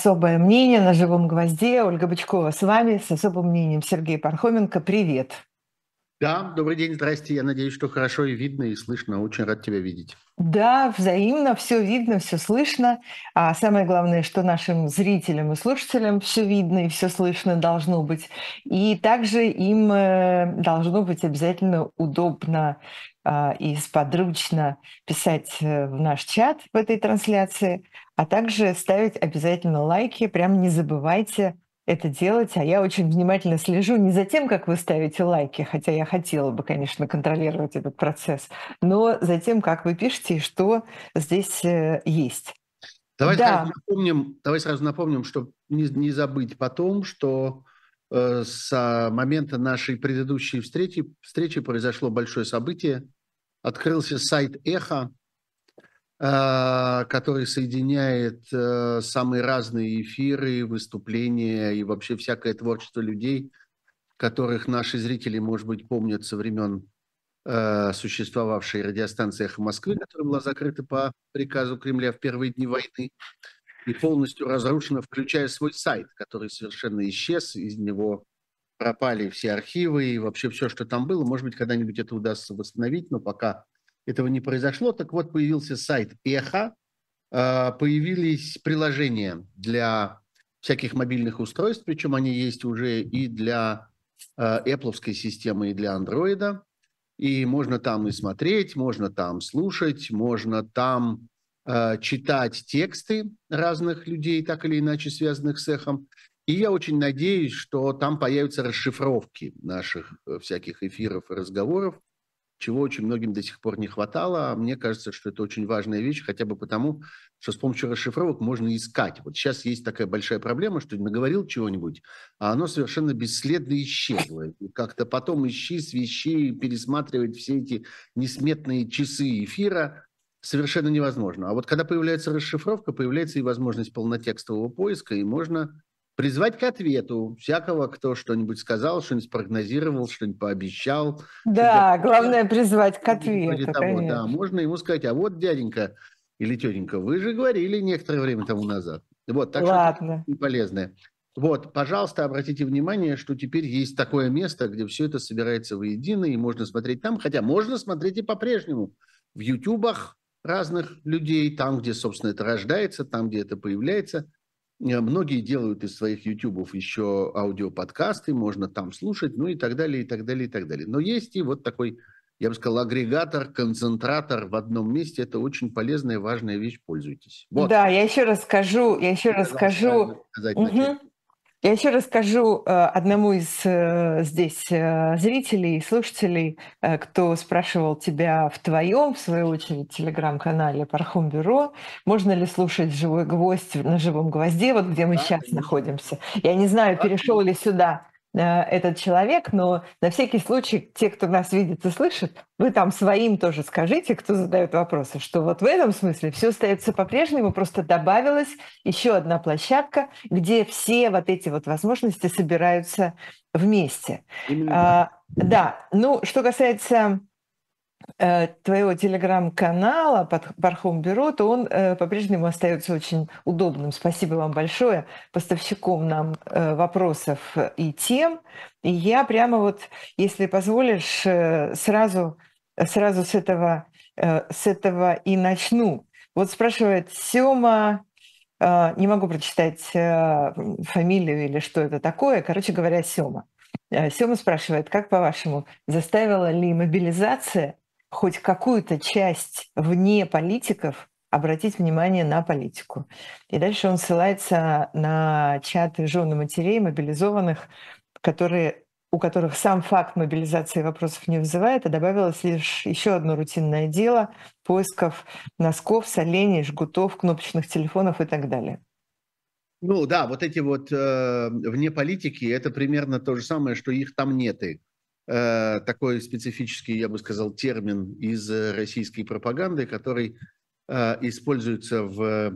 Особое мнение на живом гвозде. Ольга Бычкова с вами, с особым мнением Сергей Пархоменко. Привет. Да, добрый день, здрасте. Я надеюсь, что хорошо и видно, и слышно. Очень рад тебя видеть. Да, взаимно, все видно, все слышно. А самое главное, что нашим зрителям и слушателям все видно и все слышно должно быть. И также им должно быть обязательно удобно и сподручно писать в наш чат в этой трансляции, а также ставить обязательно лайки. Прям не забывайте это делать. А я очень внимательно слежу не за тем, как вы ставите лайки, хотя я хотела бы, конечно, контролировать этот процесс, но за тем, как вы пишете и что здесь есть. Да, Давай сразу напомним, чтобы не забыть потом, что с момента нашей предыдущей встречи произошло большое событие. Открылся сайт «Эхо», который соединяет самые разные эфиры, выступления и вообще всякое творчество людей, которых наши зрители, может быть, помнят со времен существовавшей радиостанции «Эхо Москвы», которая была закрыта по приказу Кремля в первые дни войны и полностью разрушена, включая свой сайт, который совершенно исчез, из него пропали все архивы и вообще все, что там было. Может быть, когда-нибудь это удастся восстановить, но пока этого не произошло. Так вот, появился сайт «Эхо», появились приложения для всяких мобильных устройств, причем они есть уже и для Apple системы, и для Android. И можно там и смотреть, можно там слушать, можно там читать тексты разных людей, так или иначе связанных с эхом. И я очень надеюсь, что там появятся расшифровки наших всяких эфиров и разговоров, чего очень многим до сих пор не хватало. А мне кажется, что это очень важная вещь, хотя бы потому, что с помощью расшифровок можно искать. Вот сейчас есть такая большая проблема, что наговорил чего-нибудь, а оно совершенно бесследно исчезло. И как-то потом ищи, свищи, пересматривать все эти несметные часы эфира совершенно невозможно. А вот когда появляется расшифровка, появляется и возможность полнотекстового поиска, и можно призвать к ответу всякого, кто что-нибудь сказал, что-нибудь спрогнозировал, что-нибудь пообещал, что-нибудь да, главное призвать к вроде ответу, того, да, конечно. можно ему сказать, а вот, дяденька или тетенька, вы же говорили некоторое время тому назад. Вот, так что это Ладно. очень полезное. Вот, пожалуйста, обратите внимание, что теперь есть такое место, где все это собирается воедино, и можно смотреть там, хотя можно смотреть и по-прежнему в ютубах разных людей, там, где, собственно, это рождается, там, где это появляется. Многие делают из своих ютубов еще аудиоподкасты, можно там слушать, ну и так далее, и так далее, и так далее. Но есть и вот такой, я бы сказал, агрегатор, концентратор в одном месте. Это очень полезная, важная вещь. Пользуйтесь. Вот. Да, я еще И, пожалуйста, расскажу. сказать вначале. Мгм. Я еще расскажу одному из здесь зрителей и слушателей, кто спрашивал тебя в твоем, в свою очередь, телеграм-канале Пархом Бюро, можно ли слушать «Живой гвоздь» на «Живом гвозде», вот где мы Да, сейчас конечно. находимся. Я не знаю, Да, перешел ли сюда этот человек, но на всякий случай, те, кто нас видит и слышит, вы там своим тоже скажите, кто задает вопросы, что вот в этом смысле все остается по-прежнему, просто добавилась еще одна площадка, где все вот эти вот возможности собираются вместе. именно так. Да, ну, что касается твоего телеграм-канала Пархом Бюро, то он по-прежнему остается очень удобным. Спасибо вам большое, поставщиком нам вопросов и тем. И я прямо вот, если позволишь, сразу с этого и начну. Вот спрашивает Сёма, не могу прочитать фамилию или что это такое. Короче говоря, Сёма. Сёма спрашивает, как по-вашему, заставила ли мобилизация хоть какую-то часть вне политиков обратить внимание на политику? И дальше он ссылается на чаты жен и матерей мобилизованных, у которых сам факт мобилизации вопросов не вызывает, а добавилось лишь еще одно рутинное дело поисков носков, солений, жгутов, кнопочных телефонов и так далее. Ну да, вот эти вот вне политики, это примерно то же самое, что их там нет. И, такой специфический, я бы сказал, термин из российской пропаганды, который используется в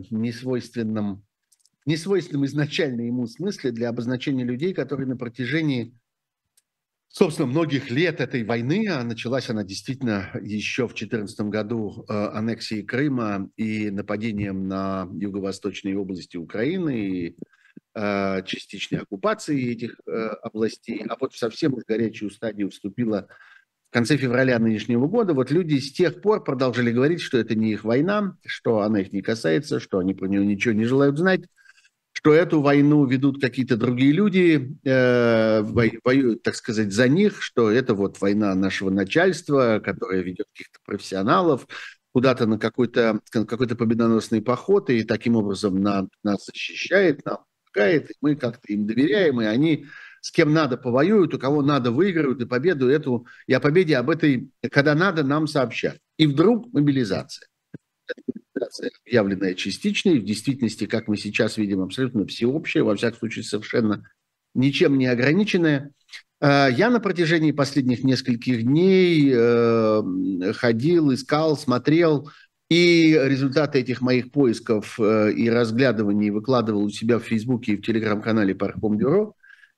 несвойственном изначально ему смысле для обозначения людей, которые на протяжении собственно, многих лет этой войны, а началась она действительно еще в 2014 году аннексией Крыма и нападением на юго-восточные области Украины, и частичной оккупации этих областей, а вот в совсем уж горячую стадию вступила в конце февраля нынешнего года. Вот люди с тех пор продолжили говорить, что это не их война, что она их не касается, что они про нее ничего не желают знать, что эту войну ведут какие-то другие люди, воюют, так сказать, за них, что это вот война нашего начальства, которая ведет каких-то профессионалов куда-то на какой-то победоносный поход, и таким образом нас защищает, нам помогает, и мы как-то им доверяем, и они с кем надо повоюют, у кого надо выиграют, и победу эту, и о победе об этой, когда надо, нам сообщат. И вдруг мобилизация. Объявленная частичной, в действительности, как мы сейчас видим, абсолютно всеобщая, во всяком случае, совершенно ничем не ограниченная. Я на протяжении последних нескольких дней ходил, искал, смотрел, и результаты этих моих поисков и разглядываний выкладывал у себя в Фейсбуке и в Телеграм-канале Пархомбюро.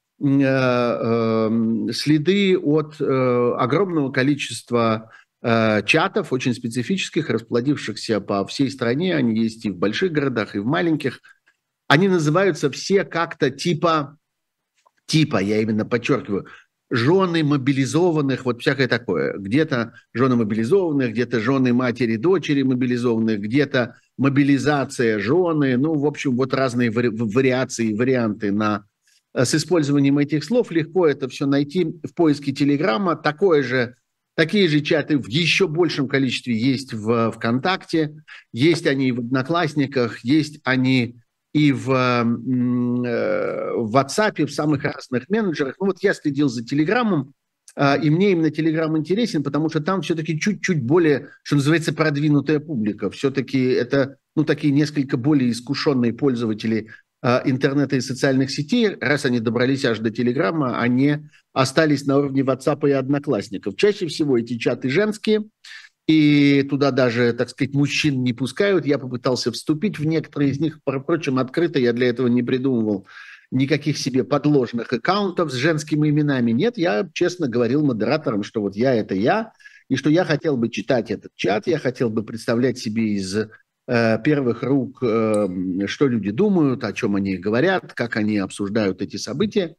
Следы от огромного количества чатов, очень специфических, расплодившихся по всей стране. Они есть и в больших городах, и в маленьких. Они называются все как-то типа, я именно подчеркиваю, жены мобилизованных, вот всякое такое. Где-то жены мобилизованных, где-то жены матери, дочери мобилизованных, где-то мобилизация жены. Ну, в общем, вот разные вариации, варианты с использованием этих слов. Легко это все найти в поиске Телеграма. Такие же чаты в еще большем количестве есть в ВКонтакте, есть они и в Одноклассниках, есть они и в WhatsApp, в самых разных менеджерах. Ну вот я следил за Телеграмом, и мне именно Телеграм интересен, потому что там все-таки чуть-чуть более, что называется, продвинутая публика. Все-таки это такие несколько более искушенные пользователи интернета и социальных сетей, раз они добрались аж до Телеграма, они остались на уровне WhatsApp и Одноклассников. Чаще всего эти чаты женские, и туда даже, так сказать, мужчин не пускают. Я попытался вступить в некоторые из них, впрочем, открыто, я для этого не придумывал никаких себе подложных аккаунтов с женскими именами. Нет, я честно говорил модераторам, что вот я – это я, и что я хотел бы читать этот чат, я хотел бы представлять себе из первых рук, что люди думают, о чем они говорят, как они обсуждают эти события.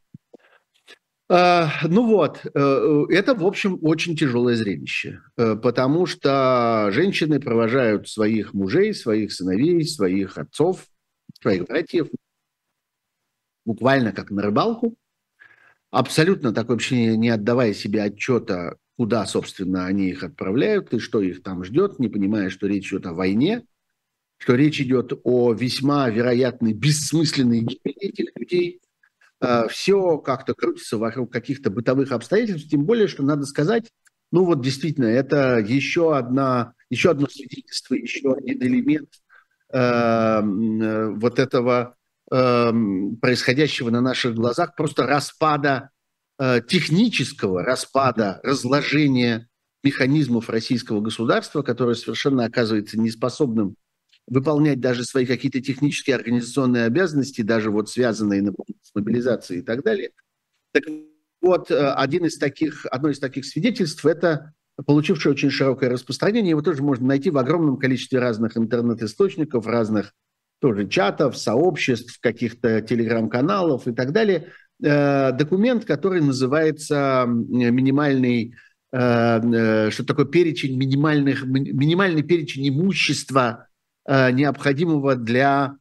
Ну вот, это, в общем, очень тяжелое зрелище, потому что женщины провожают своих мужей, своих сыновей, своих отцов, своих братьев буквально как на рыбалку, абсолютно так вообще не отдавая себе отчета, куда, собственно, они их отправляют и что их там ждет, не понимая, что речь идет о войне, что речь идет о весьма вероятной бессмысленной гибели этих людей. Все как-то крутится вокруг каких-то бытовых обстоятельств, тем более, что надо сказать, ну вот действительно, это еще одно свидетельство, еще один элемент вот этого происходящего на наших глазах, просто технического распада, разложения механизмов российского государства, которое совершенно оказывается неспособным выполнять даже свои какие-то технические организационные обязанности, даже вот связанные, например, с мобилизацией и так далее. Так вот, одно из таких свидетельств – это получившее очень широкое распространение. Его тоже можно найти в огромном количестве разных интернет-источников, разных тоже чатов, сообществ, каких-то телеграм-каналов и так далее. Документ, который называется минимальный, что такое перечень минимальный перечень имущества, необходимого для,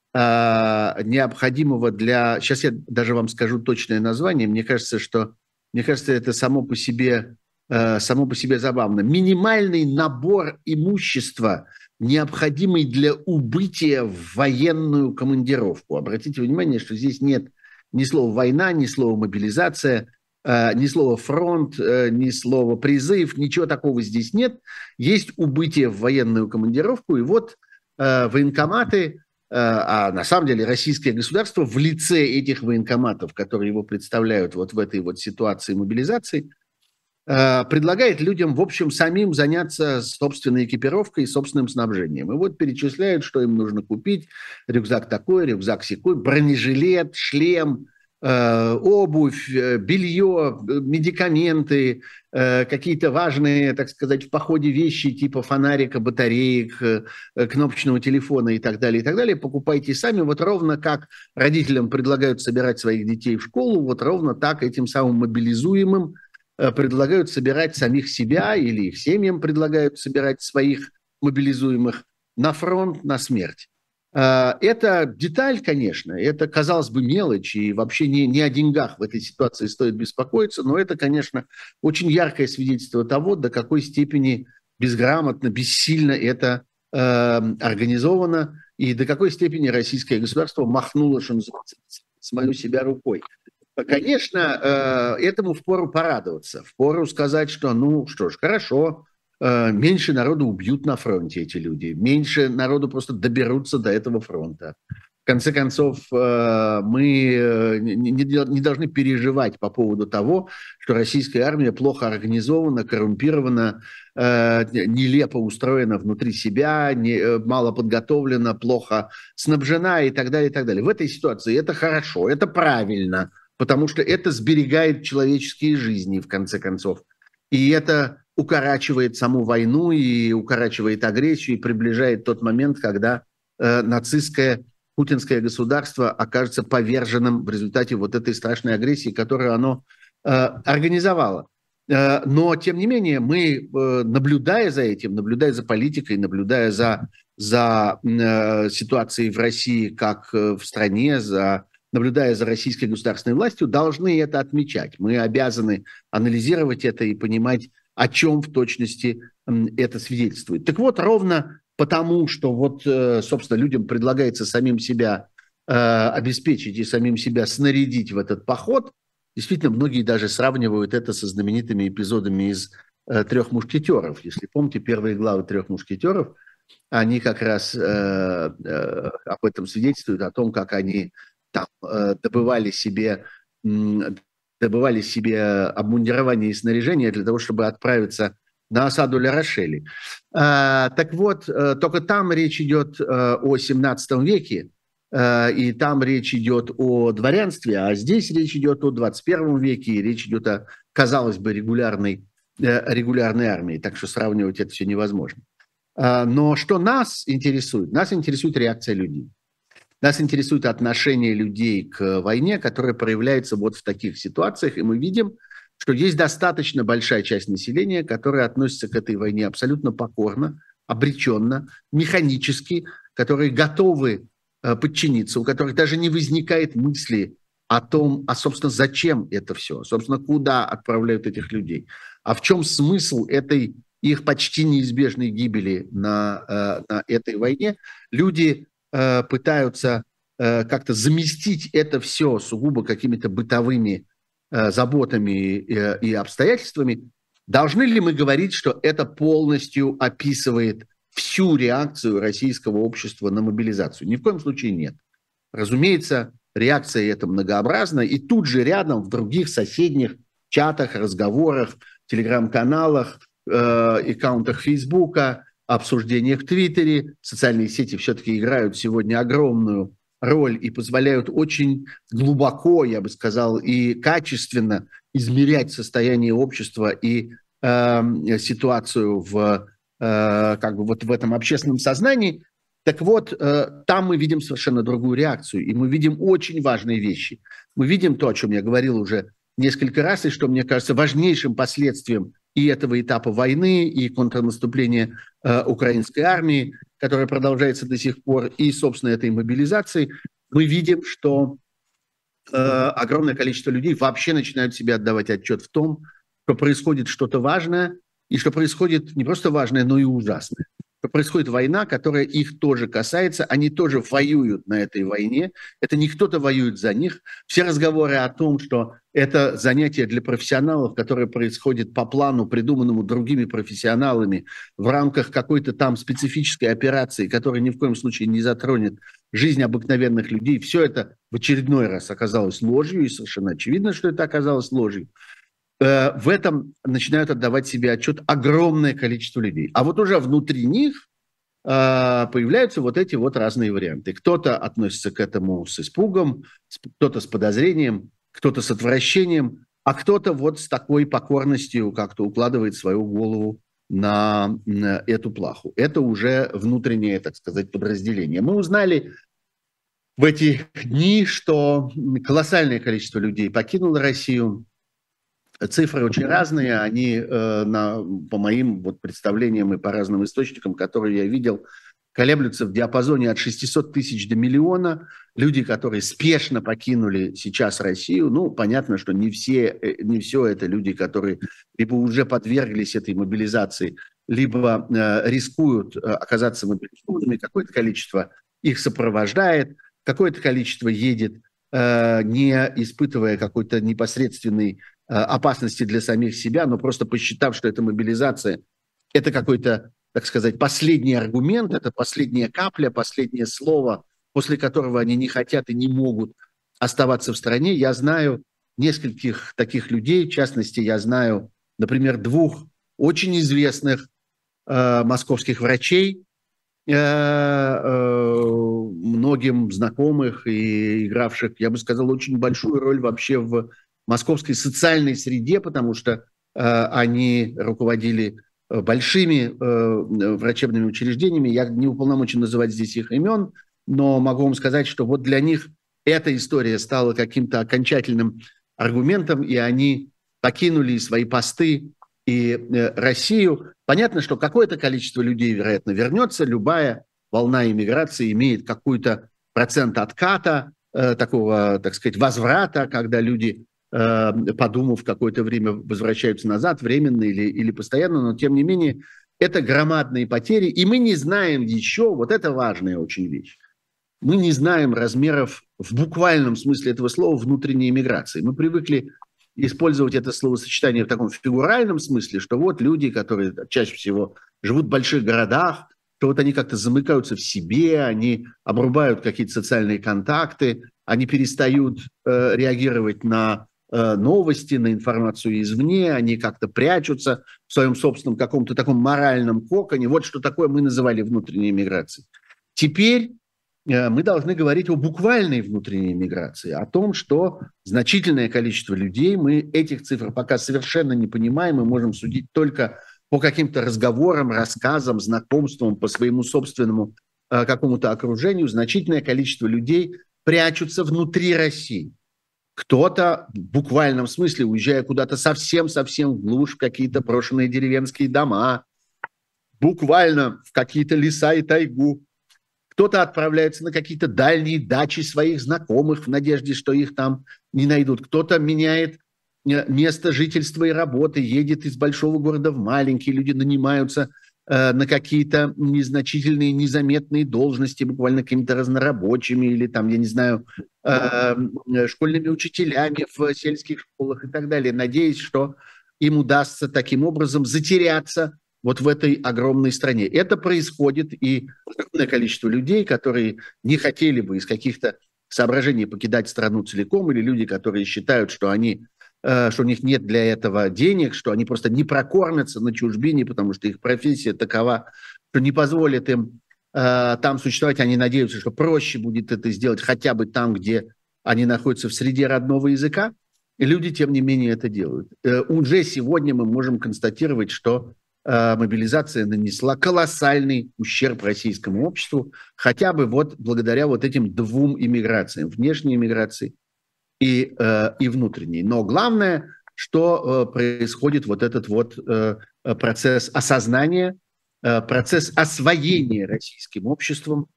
сейчас я даже вам скажу точное название, мне кажется, это само по себе забавно. Минимальный набор имущества, необходимый для убытия в военную командировку. Обратите внимание, что здесь нет ни слова «война», ни слова «мобилизация», ни слова «фронт», ни слова «призыв», ничего такого здесь нет. Есть убытие в военную командировку, и вот военкоматы, а на самом деле российское государство в лице этих военкоматов, которые его представляют вот в этой вот ситуации мобилизации, предлагает людям, в общем, самим заняться собственной экипировкой и собственным снабжением. И вот перечисляют, что им нужно купить: рюкзак такой, рюкзак сякой, бронежилет, шлем, обувь, белье, медикаменты, какие-то важные, так сказать, в походе вещи типа фонарика, батареек, кнопочного телефона и так далее, покупайте сами. Вот ровно как родителям предлагают собирать своих детей в школу, вот ровно так этим самым мобилизуемым предлагают собирать самих себя или их семьям предлагают собирать своих мобилизуемых на фронт, на смерть. Это деталь, конечно, это, казалось бы, мелочь, и вообще не о деньгах в этой ситуации стоит беспокоиться, но это, конечно, очень яркое свидетельство того, до какой степени безграмотно, бессильно это организовано, и до какой степени российское государство махнуло, что называется, самому себя рукой. Конечно, этому впору порадоваться, впору сказать, что, ну что ж, хорошо, меньше народу убьют на фронте эти люди, меньше народу просто доберутся до этого фронта. В конце концов, мы не должны переживать по поводу того, что российская армия плохо организована, коррумпирована, нелепо устроена внутри себя, мало подготовлена, плохо снабжена и так далее, и так далее. В этой ситуации это хорошо, это правильно, потому что это сберегает человеческие жизни, в конце концов. И это укорачивает саму войну и укорачивает агрессию и приближает тот момент, когда нацистское путинское государство окажется поверженным в результате вот этой страшной агрессии, которую оно организовало. Но, тем не менее, мы, наблюдая за этим, наблюдая за политикой, наблюдая за ситуацией в России как в стране, наблюдая за российской государственной властью, должны это отмечать. Мы обязаны анализировать это и понимать, о чем в точности это свидетельствует. Так вот, ровно потому, что вот, собственно, людям предлагается самим себя обеспечить и самим себя снарядить в этот поход, действительно, многие даже сравнивают это со знаменитыми эпизодами из «Трех мушкетеров». Если помните, первые главы «Трех мушкетеров», они как раз об этом свидетельствуют, о том, как они там добывали себе обмундирование и снаряжение для того, чтобы отправиться на осаду Ля-Рошели. Так вот, только там речь идет о 17 веке, и там речь идет о дворянстве, а здесь речь идет о 21 веке, и речь идет о, казалось бы, регулярной армии, так что сравнивать это все невозможно. Но что нас интересует? Нас интересует реакция людей. Нас интересует отношение людей к войне, которое проявляется вот в таких ситуациях, и мы видим, что есть достаточно большая часть населения, которая относится к этой войне абсолютно покорно, обреченно, механически, которые готовы подчиниться, у которых даже не возникает мысли о том, собственно, зачем это все, собственно, куда отправляют этих людей, а в чем смысл этой их почти неизбежной гибели на этой войне. Люди пытаются как-то заместить это все сугубо какими-то бытовыми заботами и обстоятельствами. Должны ли мы говорить, что это полностью описывает всю реакцию российского общества на мобилизацию? Ни в коем случае нет. Разумеется, реакция эта многообразна, и тут же рядом в других соседних чатах, разговорах, телеграм-каналах, аккаунтах Фейсбука, обсуждениях в Твиттере. Социальные сети все-таки играют сегодня огромную роль и позволяют очень глубоко, я бы сказал, и качественно измерять состояние общества и ситуацию как бы вот в этом общественном сознании. Так вот, там мы видим совершенно другую реакцию, и мы видим очень важные вещи. Мы видим то, о чем я говорил уже несколько раз, и что, мне кажется, важнейшим последствием и этого этапа войны, и контрнаступления украинской армии, которая продолжается до сих пор, и, собственно, этой мобилизации, мы видим, что огромное количество людей вообще начинают себе отдавать отчет в том, что происходит что-то важное, и что происходит не просто важное, но и ужасное. Что происходит война, которая их тоже касается, они тоже воюют на этой войне, это не кто-то воюет за них. Все разговоры о том, что это занятие для профессионалов, которое происходит по плану, придуманному другими профессионалами в рамках какой-то там специфической операции, которая ни в коем случае не затронет жизнь обыкновенных людей, все это в очередной раз оказалось ложью, и совершенно очевидно, что это оказалось ложью. В этом начинают отдавать себе отчет огромное количество людей. А вот уже внутри них появляются вот эти вот разные варианты. Кто-то относится к этому с испугом, кто-то с подозрением, кто-то с отвращением, а кто-то вот с такой покорностью как-то укладывает свою голову на эту плаху. Это уже внутреннее, так сказать, подразделение. Мы узнали в эти дни, что колоссальное количество людей покинуло Россию. Цифры очень разные, они, по моим вот представлениям и по разным источникам, которые я видел, колеблются в диапазоне от 600 тысяч до миллиона. Люди, которые спешно покинули сейчас Россию, ну, понятно, что не все это люди, которые либо уже подверглись этой мобилизации, либо рискуют оказаться мобилизованными. Какое-то количество их сопровождает, какое-то количество едет, не испытывая какой-то непосредственной опасности для самих себя, но просто посчитав, что эта мобилизация – это какой-то, так сказать, последний аргумент, это последняя капля, последнее слово, после которого они не хотят и не могут оставаться в стране. Я знаю нескольких таких людей, в частности, я знаю, например, двух очень известных московских врачей, многим знакомых и игравших, я бы сказал, очень большую роль вообще в московской социальной среде, потому что они руководили большими врачебными учреждениями. Я не уполномочен называть здесь их имен, но могу вам сказать, что вот для них эта история стала каким-то окончательным аргументом, и они покинули свои посты и Россию. Понятно, что какое-то количество людей, вероятно, вернется. Любая волна иммиграции имеет какой-то процент отката, такого, так сказать, возврата, когда люди, подумав, какое-то время возвращаются назад, временно или постоянно, но тем не менее это громадные потери, и мы не знаем еще, вот это важная очень вещь, мы не знаем размеров в буквальном смысле этого слова внутренней иммиграции. Мы привыкли использовать это словосочетание в таком фигуральном смысле, что вот люди, которые чаще всего живут в больших городах, что вот они как-то замыкаются в себе, они обрубают какие-то социальные контакты, они перестают реагировать на новости, на информацию извне, они как-то прячутся в своем собственном каком-то таком моральном коконе. Вот что такое мы называли внутренней миграцией. Теперь мы должны говорить о буквальной внутренней миграции, о том, что значительное количество людей, мы этих цифр пока совершенно не понимаем, мы можем судить только по каким-то разговорам, рассказам, знакомствам, по своему собственному какому-то окружению, значительное количество людей прячутся внутри России. Кто-то в буквальном смысле, уезжая куда-то совсем-совсем в глушь, в какие-то брошенные деревенские дома, буквально в какие-то леса и тайгу. Кто-то отправляется на какие-то дальние дачи своих знакомых в надежде, что их там не найдут. Кто-то меняет место жительства и работы, едет из большого города в маленький. Люди нанимаются на какие-то незначительные, незаметные должности, буквально какими-то разнорабочими или там, я не знаю, школьными учителями в сельских школах и так далее, надеясь, что им удастся таким образом затеряться вот в этой огромной стране. Это происходит, и огромное количество людей, которые не хотели бы из каких-то соображений покидать страну целиком, или люди, которые считают, что у них нет для этого денег, что они просто не прокормятся на чужбине, потому что их профессия такова, что не позволит им там существовать. Они надеются, что проще будет это сделать хотя бы там, где они находятся в среде родного языка. И люди, тем не менее, это делают. Уже сегодня мы можем констатировать, что мобилизация нанесла колоссальный ущерб российскому обществу, хотя бы вот благодаря вот этим двум иммиграциям, внешней иммиграции и внутренней. Но главное, что происходит вот этот вот процесс осознания, процесс освоения российским обществом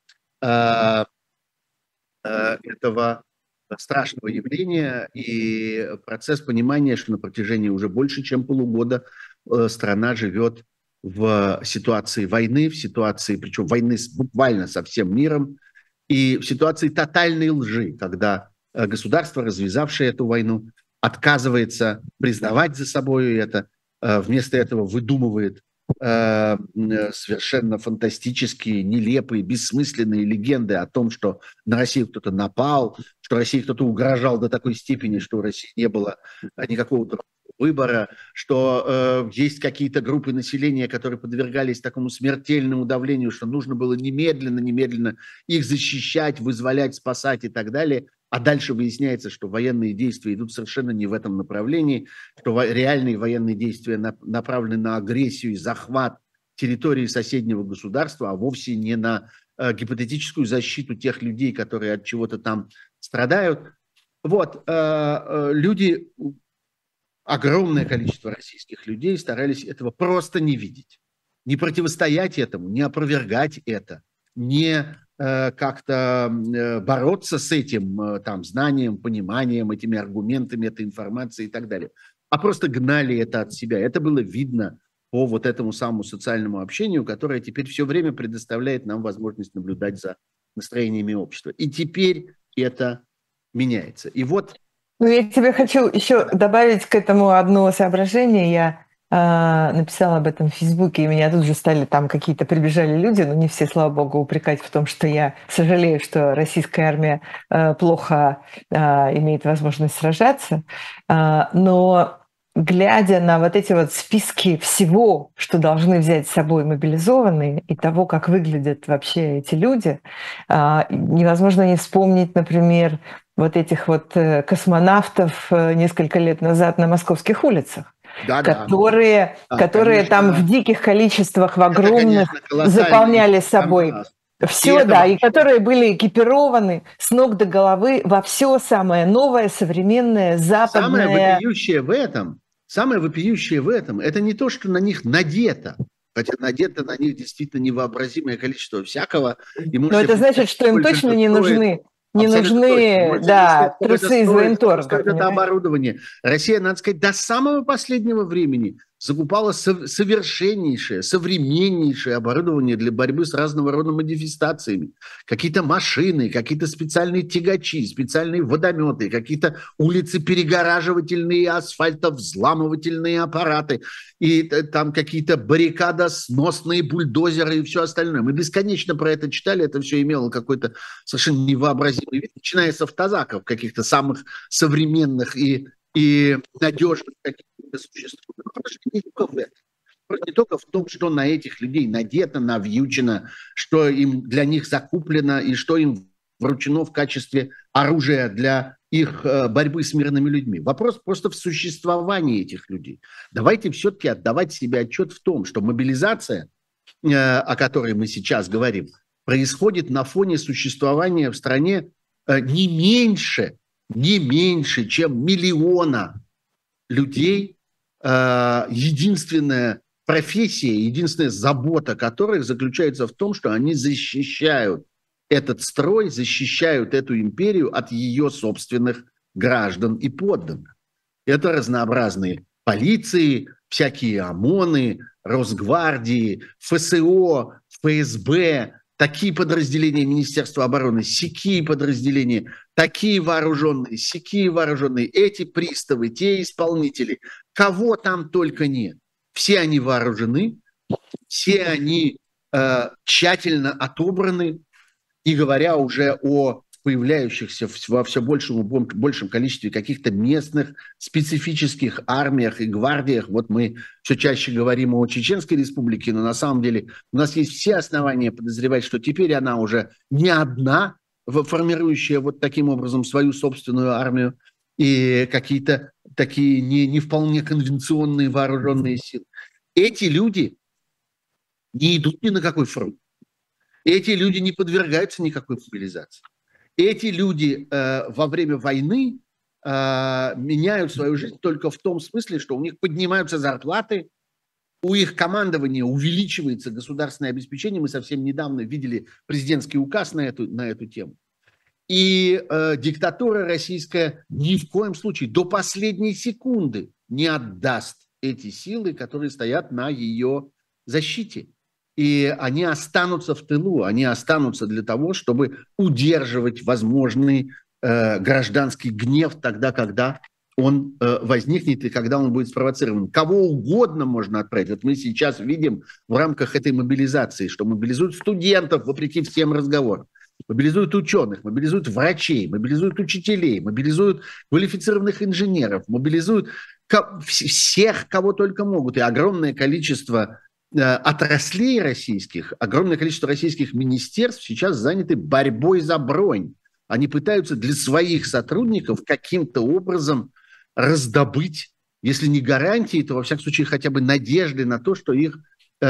этого страшного явления и процесс понимания, что на протяжении уже больше, чем полугода страна живет в ситуации войны, в ситуации, причем войны буквально со всем миром, и в ситуации тотальной лжи, когда государство, развязавшее эту войну, отказывается признавать за собой это, вместо этого выдумывает совершенно фантастические, нелепые, бессмысленные легенды о том, что на Россию кто-то напал, что России кто-то угрожал до такой степени, что у России не было никакого выбора, что есть какие-то группы населения, которые подвергались такому смертельному давлению, что нужно было немедленно их защищать, вызволять, спасать и так далее. А дальше выясняется, что военные действия идут совершенно не в этом направлении, что реальные военные действия направлены на агрессию и захват территории соседнего государства, а вовсе не на гипотетическую защиту тех людей, которые от чего-то там страдают. Вот, люди, огромное количество российских людей старались этого просто не видеть, не противостоять этому, не опровергать это, не как-то бороться с этим там знанием, пониманием, этими аргументами, этой информацией и так далее, а просто гнали это от себя. Это было видно по вот этому самому социальному общению, которое теперь все время предоставляет нам возможность наблюдать за настроениями общества. И теперь это меняется. И вот... Ну, я тебе хочу еще добавить к этому одно соображение. Я написала об этом в Фейсбуке, и меня тут же стали там какие-то прибежали люди, но не все, слава богу, упрекать в том, что я сожалею, что российская армия плохо имеет возможность сражаться. Но глядя на вот эти вот списки всего, что должны взять с собой мобилизованные, и того, как выглядят вообще эти люди, невозможно не вспомнить, например, вот этих вот космонавтов несколько лет назад на московских улицах. Да, которые там в диких количествах, в огромных, заполняли собой все, да, и которые были экипированы с ног до головы во все самое новое, современное, западное. Самое вопиющее в этом, это не то, что на них надето, хотя надето на них действительно невообразимое количество всякого. Но это значит, что им точно не нужны. Не нужны, да, трусы из военторга. Это оборудование. Россия, надо сказать, до самого последнего времени закупала совершеннейшее, современнейшее оборудование для борьбы с разного рода модификациями. Какие-то машины, какие-то специальные тягачи, специальные водометы, какие-то улицы-перегораживательные, асфальтовзламывательные аппараты, и там какие-то баррикадосносные бульдозеры и все остальное. Мы бесконечно про это читали, это все имело какой-то совершенно невообразимый вид, начиная с автозаков, каких-то самых современных и надежных каких-то существ. Не только в этом. Не только в том, что на этих людей надето, навьючено, что им для них закуплено и что им вручено в качестве оружия для их борьбы с мирными людьми. Вопрос просто в существовании этих людей. Давайте все-таки отдавать себе отчет в том, что мобилизация, о которой мы сейчас говорим, происходит на фоне существования в стране не меньше, чем миллиона людей, единственная профессия, единственная забота которых заключается в том, что они защищают этот строй, защищают эту империю от ее собственных граждан и подданных. Это разнообразные полиции, всякие ОМОНы, Росгвардии, ФСО, ФСБ, такие подразделения Министерства обороны, сякие подразделения, такие вооруженные, сякие вооруженные, эти приставы, те исполнители, кого там только нет. Все они вооружены, все они тщательно отобраны, не говоря уже о появляющихся во все большем количестве каких-то местных специфических армиях и гвардиях. Вот мы все чаще говорим о Чеченской республике, но на самом деле у нас есть все основания подозревать, что теперь она уже не одна, формирующая вот таким образом свою собственную армию и какие-то такие не вполне конвенционные вооруженные силы. Эти люди не идут ни на какой фронт. Эти люди не подвергаются никакой мобилизации. Эти люди во время войны меняют свою жизнь только в том смысле, что у них поднимаются зарплаты, у их командования увеличивается государственное обеспечение. Мы совсем недавно видели президентский указ на эту тему. И диктатура российская ни в коем случае до последней секунды не отдаст эти силы, которые стоят на ее защите. И они останутся в тылу, они останутся для того, чтобы удерживать возможный гражданский гнев тогда, когда он возникнет и когда он будет спровоцирован. Кого угодно можно отправить. Вот мы сейчас видим в рамках этой мобилизации, что мобилизуют студентов, вопреки всем разговорам, мобилизуют ученых, мобилизуют врачей, мобилизуют учителей, мобилизуют квалифицированных инженеров, мобилизуют всех, кого только могут, и огромное количество отраслей российских, огромное количество российских министерств сейчас заняты борьбой за бронь. Они пытаются для своих сотрудников каким-то образом раздобыть, если не гарантии, то во всяком случае хотя бы надежды на то, что их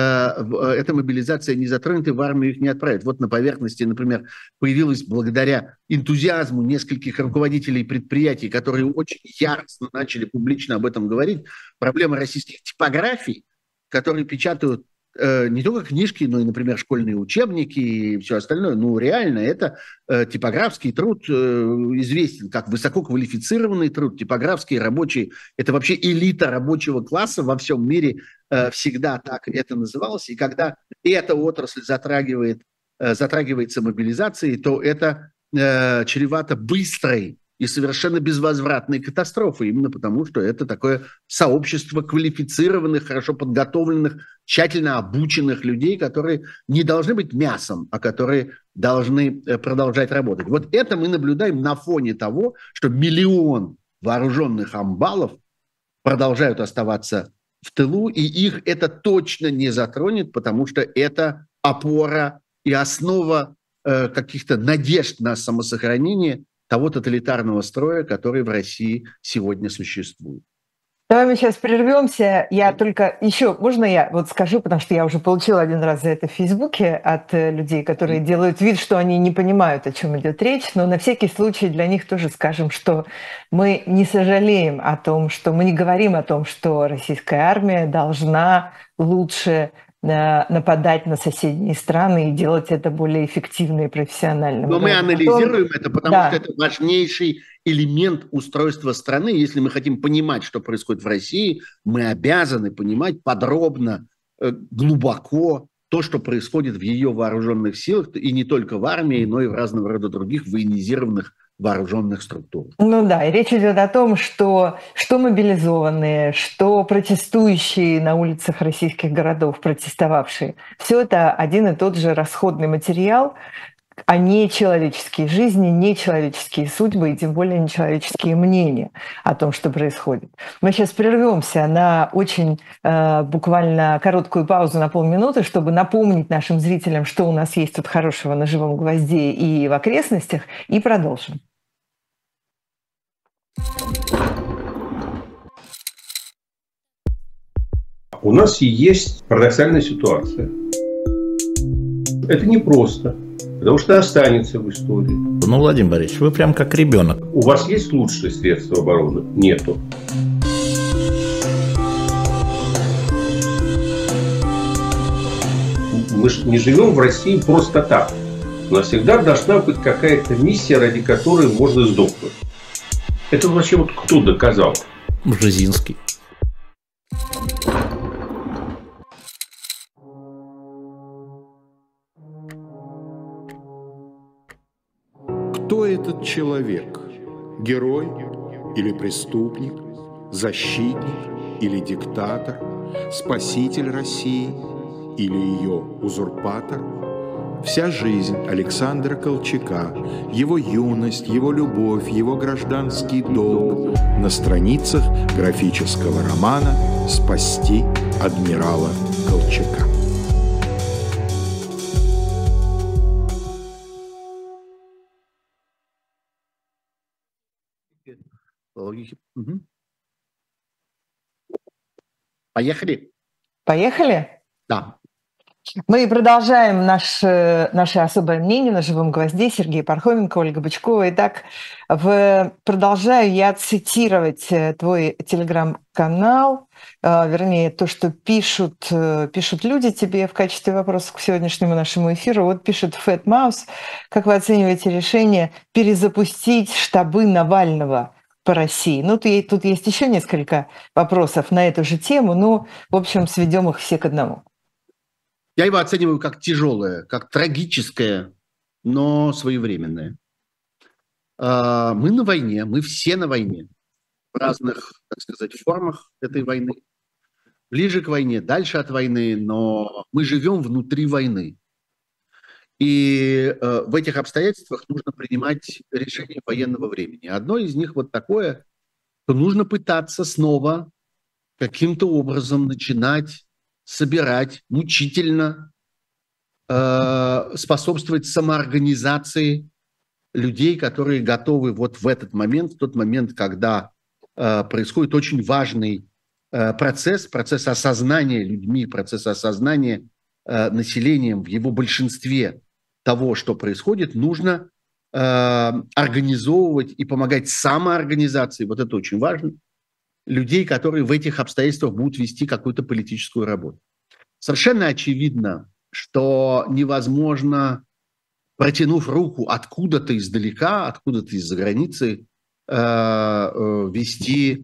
эта мобилизация не затронет и в армию их не отправят. Вот на поверхности, например, появилась благодаря энтузиазму нескольких руководителей предприятий, которые очень яростно начали публично об этом говорить, проблема российских типографий, которые печатают не только книжки, но и, например, школьные учебники и все остальное. Ну, реально, это типографский труд известен как высококвалифицированный труд. Типографские рабочие – это вообще элита рабочего класса во всем мире, всегда так это называлось. И когда эта отрасль затрагивается мобилизацией, то это чревато быстрой и совершенно безвозвратной катастрофы, именно потому, что это такое сообщество квалифицированных, хорошо подготовленных, тщательно обученных людей, которые не должны быть мясом, а которые должны продолжать работать. Вот это мы наблюдаем на фоне того, что 1 миллион вооруженных амбалов продолжают оставаться в тылу, и их это точно не затронет, потому что это опора и основа каких-то надежд на самосохранение того тоталитарного строя, который в России сегодня существует. Давай мы сейчас прервемся. Я только еще, можно я вот скажу, потому что я уже получила один раз за это в Фейсбуке от людей, которые делают вид, что они не понимают, о чем идет речь, но на всякий случай для них тоже скажем, что мы не сожалеем о том, что мы не говорим о том, что российская армия должна лучше нападать на соседние страны и делать это более эффективно и профессионально. Но мы анализируем это, потому что это важнейший элемент устройства страны. Если мы хотим понимать, что происходит в России, мы обязаны понимать подробно, глубоко то, что происходит в ее вооруженных силах, и не только в армии, но и в разного рода других военизированных вооруженных структур. Ну да, и речь идет о том, что мобилизованные, что протестующие на улицах российских городов, протестовавшие, все это один и тот же расходный материал, а не человеческие жизни, не человеческие судьбы и тем более не человеческие мнения о том, что происходит. Мы сейчас прервемся на очень буквально короткую паузу на полминуты, чтобы напомнить нашим зрителям, что у нас есть тут хорошего на «Живом гвозде» и в окрестностях, и продолжим. У нас есть парадоксальная ситуация. Это непросто, потому что останется в истории. Ну, Владимир Борисович, вы прям как ребенок. У вас есть лучшие средства обороны? Нету. Мы же не живем в России просто так. У нас всегда должна быть какая-то миссия, ради которой можно сдохнуть. Это вообще вот кто доказал? Бжезинский. Кто этот человек? Герой или преступник? Защитник или диктатор? Спаситель России или ее узурпатор? Вся жизнь Александра Колчака, его юность, его любовь, его гражданский долг на страницах графического романа «Спасти адмирала Колчака». Угу. Поехали? Поехали? Да. Мы продолжаем наше особое мнение на «Живом гвозде». Сергей Пархоменко, Ольга Бычкова. Итак, продолжаю я цитировать твой телеграм-канал, вернее, то, что пишут люди тебе в качестве вопросов к сегодняшнему нашему эфиру. Вот пишет Fat Mouse: как вы оцениваете решение перезапустить штабы Навального по России? Ну, тут есть еще несколько вопросов на эту же тему, но, в общем, сведем их все к одному. Я его оцениваю как тяжелое, как трагическое, но своевременное. Мы на войне, мы все на войне. В разных, так сказать, формах этой войны. Ближе к войне, дальше от войны, но мы живем внутри войны. И в этих обстоятельствах нужно принимать решения военного времени. Одно из них вот такое: то нужно пытаться снова каким-то образом начинать собирать мучительно, способствовать самоорганизации людей, которые готовы вот в этот момент, в тот момент, когда происходит очень важный процесс осознания людьми, процесс осознания населением в его большинстве того, что происходит, нужно организовывать и помогать самоорганизации, вот это очень важно, людей, которые в этих обстоятельствах будут вести какую-то политическую работу. Совершенно очевидно, что невозможно, протянув руку откуда-то издалека, откуда-то из-за границы, вести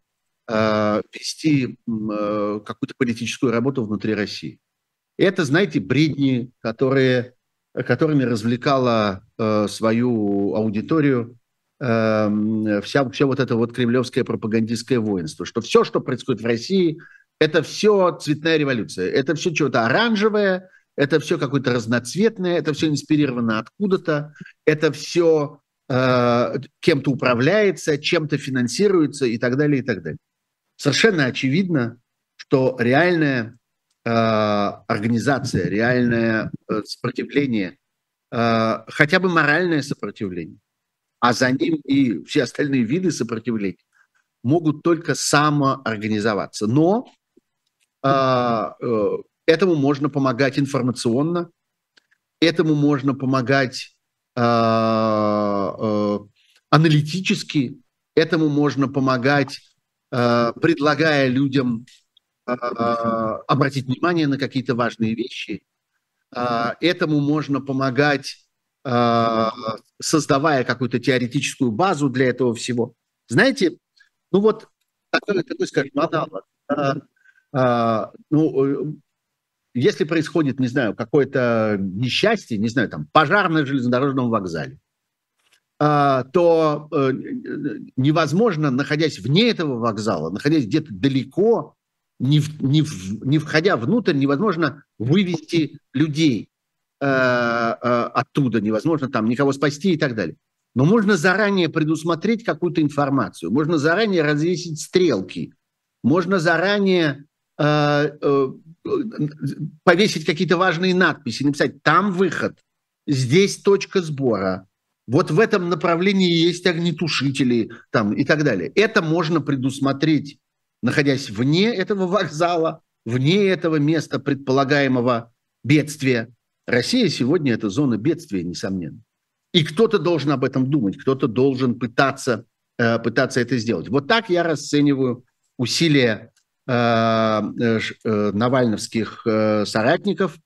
какую-то политическую работу внутри России. Это, знаете, бредни, которыми развлекала свою аудиторию вся вот это вот кремлевское пропагандистское воинство, что все, что происходит в России, это все цветная революция, это все что-то оранжевое, это все какое-то разноцветное, это все инспирировано откуда-то, это все кем-то управляется, чем-то финансируется и так далее, и так далее. Совершенно очевидно, что реальная организация, реальное сопротивление, хотя бы моральное сопротивление, а за ним и все остальные виды сопротивления могут только самоорганизоваться. Но этому можно помогать информационно, этому можно помогать аналитически, этому можно помогать, предлагая людям обратить внимание на какие-то важные вещи. Этому можно помогать, создавая какую-то теоретическую базу для этого всего. Знаете, ну вот такой скажем, аналог. Если происходит, не знаю, какое-то несчастье, не знаю, там, пожар на железнодорожном вокзале, то невозможно, находясь вне этого вокзала, находясь где-то далеко, не входя внутрь, невозможно вывести людей оттуда, невозможно там никого спасти и так далее. Но можно заранее предусмотреть какую-то информацию, можно заранее развесить стрелки, можно заранее повесить какие-то важные надписи, написать «там выход», «здесь точка сбора», вот в этом направлении есть огнетушители там, и так далее. Это можно предусмотреть, находясь вне этого вокзала, вне этого места предполагаемого бедствия. Россия сегодня – это зона бедствия, несомненно. И кто-то должен об этом думать, кто-то должен пытаться это сделать. Вот так я расцениваю усилия навальновских соратников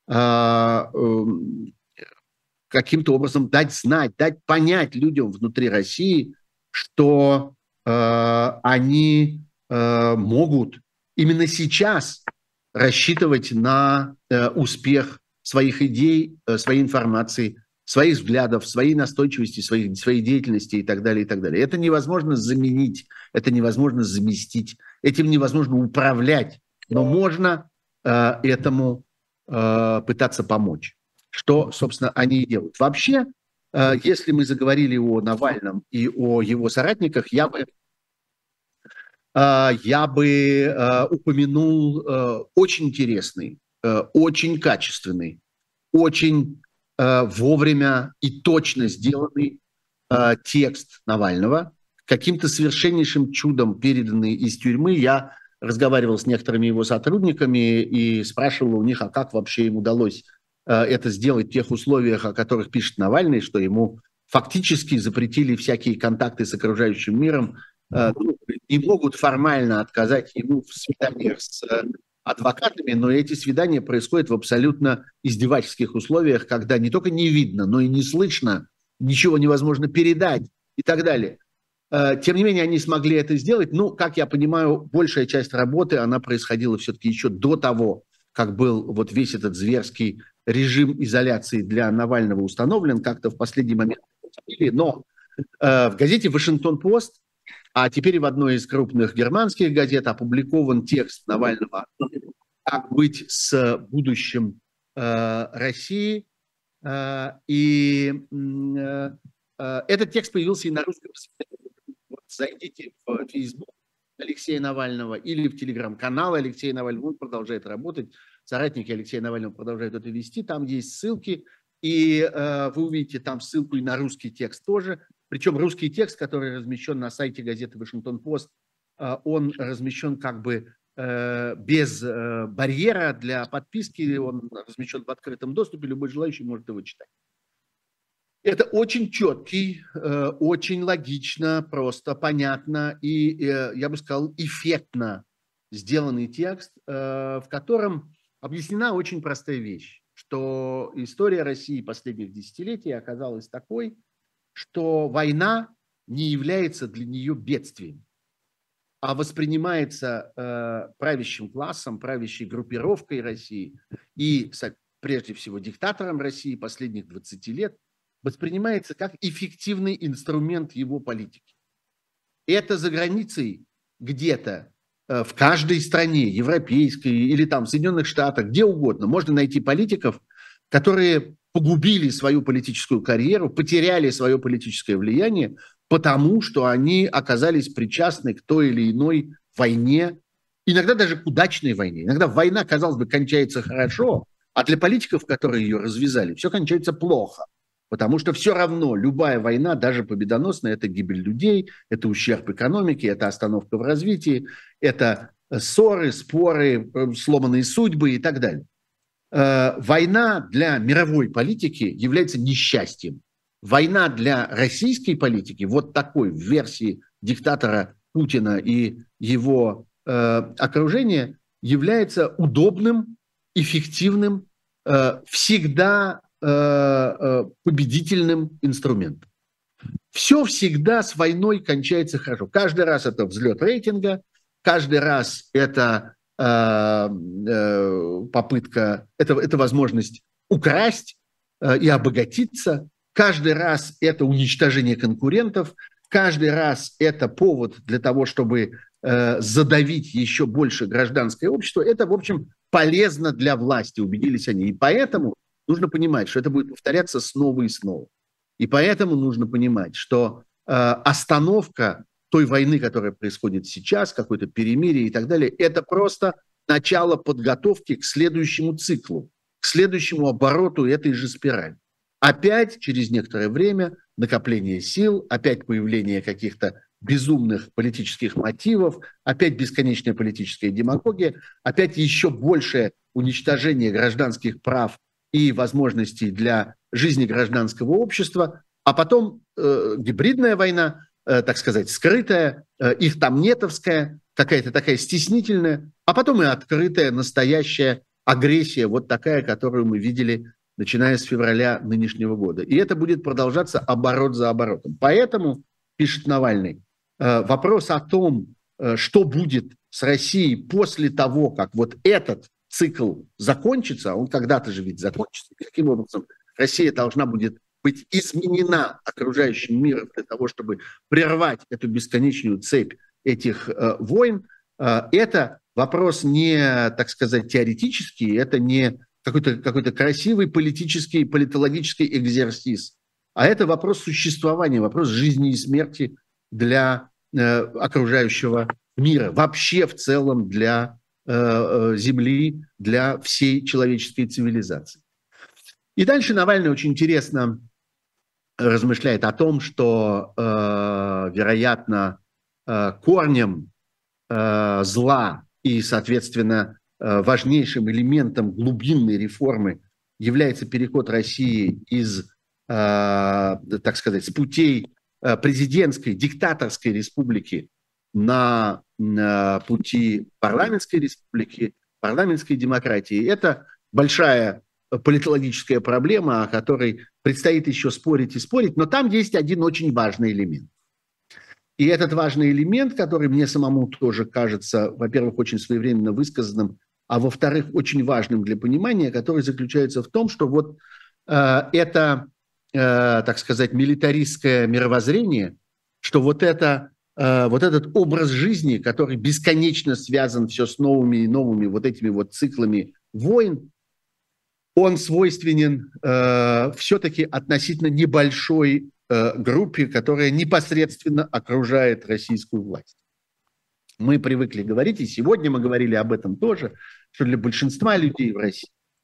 каким-то образом дать знать, дать понять людям внутри России, что они могут именно сейчас рассчитывать на успех своих идей, своей информации, своих взглядов, своей настойчивости, своей деятельности и так далее, и так далее. Это невозможно заменить, это невозможно заместить, этим невозможно управлять, но можно этому пытаться помочь. Что, собственно, они и делают. Вообще, если мы заговорили о Навальном и о его соратниках, я бы упомянул очень интересный, очень качественный, очень вовремя и точно сделанный текст Навального, каким-то совершеннейшим чудом переданный из тюрьмы. Я разговаривал с некоторыми его сотрудниками и спрашивал у них, а как вообще им удалось это сделать в тех условиях, о которых пишет Навальный, что ему фактически запретили всякие контакты с окружающим миром, не могут формально отказать ему в свиданиях с адвокатами, но эти свидания происходят в абсолютно издевательских условиях, когда не только не видно, но и не слышно, ничего невозможно передать и так далее. Тем не менее, они смогли это сделать. Ну, как я понимаю, большая часть работы, она происходила все-таки еще до того, как был вот весь этот зверский режим изоляции для Навального установлен, как-то в последний момент. Но в газете «Вашингтон-Пост», а теперь и в одной из крупных германских газет опубликован текст Навального «Как быть с будущим России». И этот текст появился и на русском языке. зайдите в Facebook Алексея Навального или в телеграм-канал Алексея Навального, он продолжает работать, соратники Алексея Навального продолжают это вести, там есть ссылки, и вы увидите там ссылку и на русский текст тоже, причем русский текст, который размещен на сайте газеты «Вашингтон-Пост», он размещен как бы без барьера для подписки, он размещен в открытом доступе, любой желающий может его читать. Это очень четкий, очень логично, просто понятно и, я бы сказал, эффектно сделанный текст, в котором объяснена очень простая вещь, что история России последних десятилетий оказалась такой, что война не является для нее бедствием, а воспринимается правящим классом, правящей группировкой России и, прежде всего, диктатором России последних 20 лет, воспринимается как эффективный инструмент его политики. Это за границей где-то, в каждой стране, европейской или там в Соединенных Штатах, где угодно, можно найти политиков, которые погубили свою политическую карьеру, потеряли свое политическое влияние, потому что они оказались причастны к той или иной войне, иногда даже к удачной войне. Иногда война, казалось бы, кончается хорошо, а для политиков, которые ее развязали, все кончается плохо. Потому что все равно любая война, даже победоносная, это гибель людей, это ущерб экономике, это остановка в развитии, это ссоры, споры, сломанные судьбы и так далее. Война для мировой политики является несчастьем. Война для российской политики, вот такой в версии диктатора Путина и его окружения, является удобным, эффективным, всегда победительным инструментом. Все всегда с войной кончается хорошо. Каждый раз это взлет рейтинга, каждый раз это попытка, это возможность украсть и обогатиться, каждый раз это уничтожение конкурентов, каждый раз это повод для того, чтобы задавить еще больше гражданское общество. Это, в общем, полезно для власти, убедились они. И поэтому нужно понимать, что это будет повторяться снова и снова. И поэтому нужно понимать, что остановка той войны, которая происходит сейчас, какое-то перемирие и так далее, это просто начало подготовки к следующему циклу, к следующему обороту этой же спирали. Опять через некоторое время накопление сил, опять появление каких-то безумных политических мотивов, опять бесконечная политическая демагогия, опять еще большее уничтожение гражданских прав и возможностей для жизни гражданского общества, а потом гибридная война, так сказать, скрытая, ихтамнетовская, какая-то такая стеснительная, а потом и открытая, настоящая агрессия, вот такая, которую мы видели, начиная с февраля нынешнего года. И это будет продолжаться оборот за оборотом. Поэтому, пишет Навальный, вопрос о том, что будет с Россией после того, как вот этот цикл закончится, он когда-то же ведь закончится, каким образом Россия должна будет быть изменена окружающим миром для того, чтобы прервать эту бесконечную цепь этих войн, это вопрос не, так сказать, теоретический, это не какой-то красивый политический, политологический экзерсис, а это вопрос существования, вопрос жизни и смерти для окружающего мира, вообще в целом для Земли, для всей человеческой цивилизации. И дальше Навальный очень интересно размышляет о том, что, вероятно, корнем зла и, соответственно, важнейшим элементом глубинной реформы является переход России из, так сказать, с путей президентской, диктаторской республики на пути парламентской республики, парламентской демократии. Это большая политологическая проблема, о которой предстоит еще спорить и спорить, но там есть один очень важный элемент. И этот важный элемент, который мне самому тоже кажется, во-первых, очень своевременно высказанным, а во-вторых, очень важным для понимания, который заключается в том, что вот это, так сказать, милитаристское мировоззрение, что вот этот образ жизни, который бесконечно связан все с новыми и новыми вот этими вот циклами войн, он свойственен все-таки относительно небольшой группе, которая непосредственно окружает российскую власть. Мы привыкли говорить, и сегодня мы говорили об этом тоже, что для большинства людей в России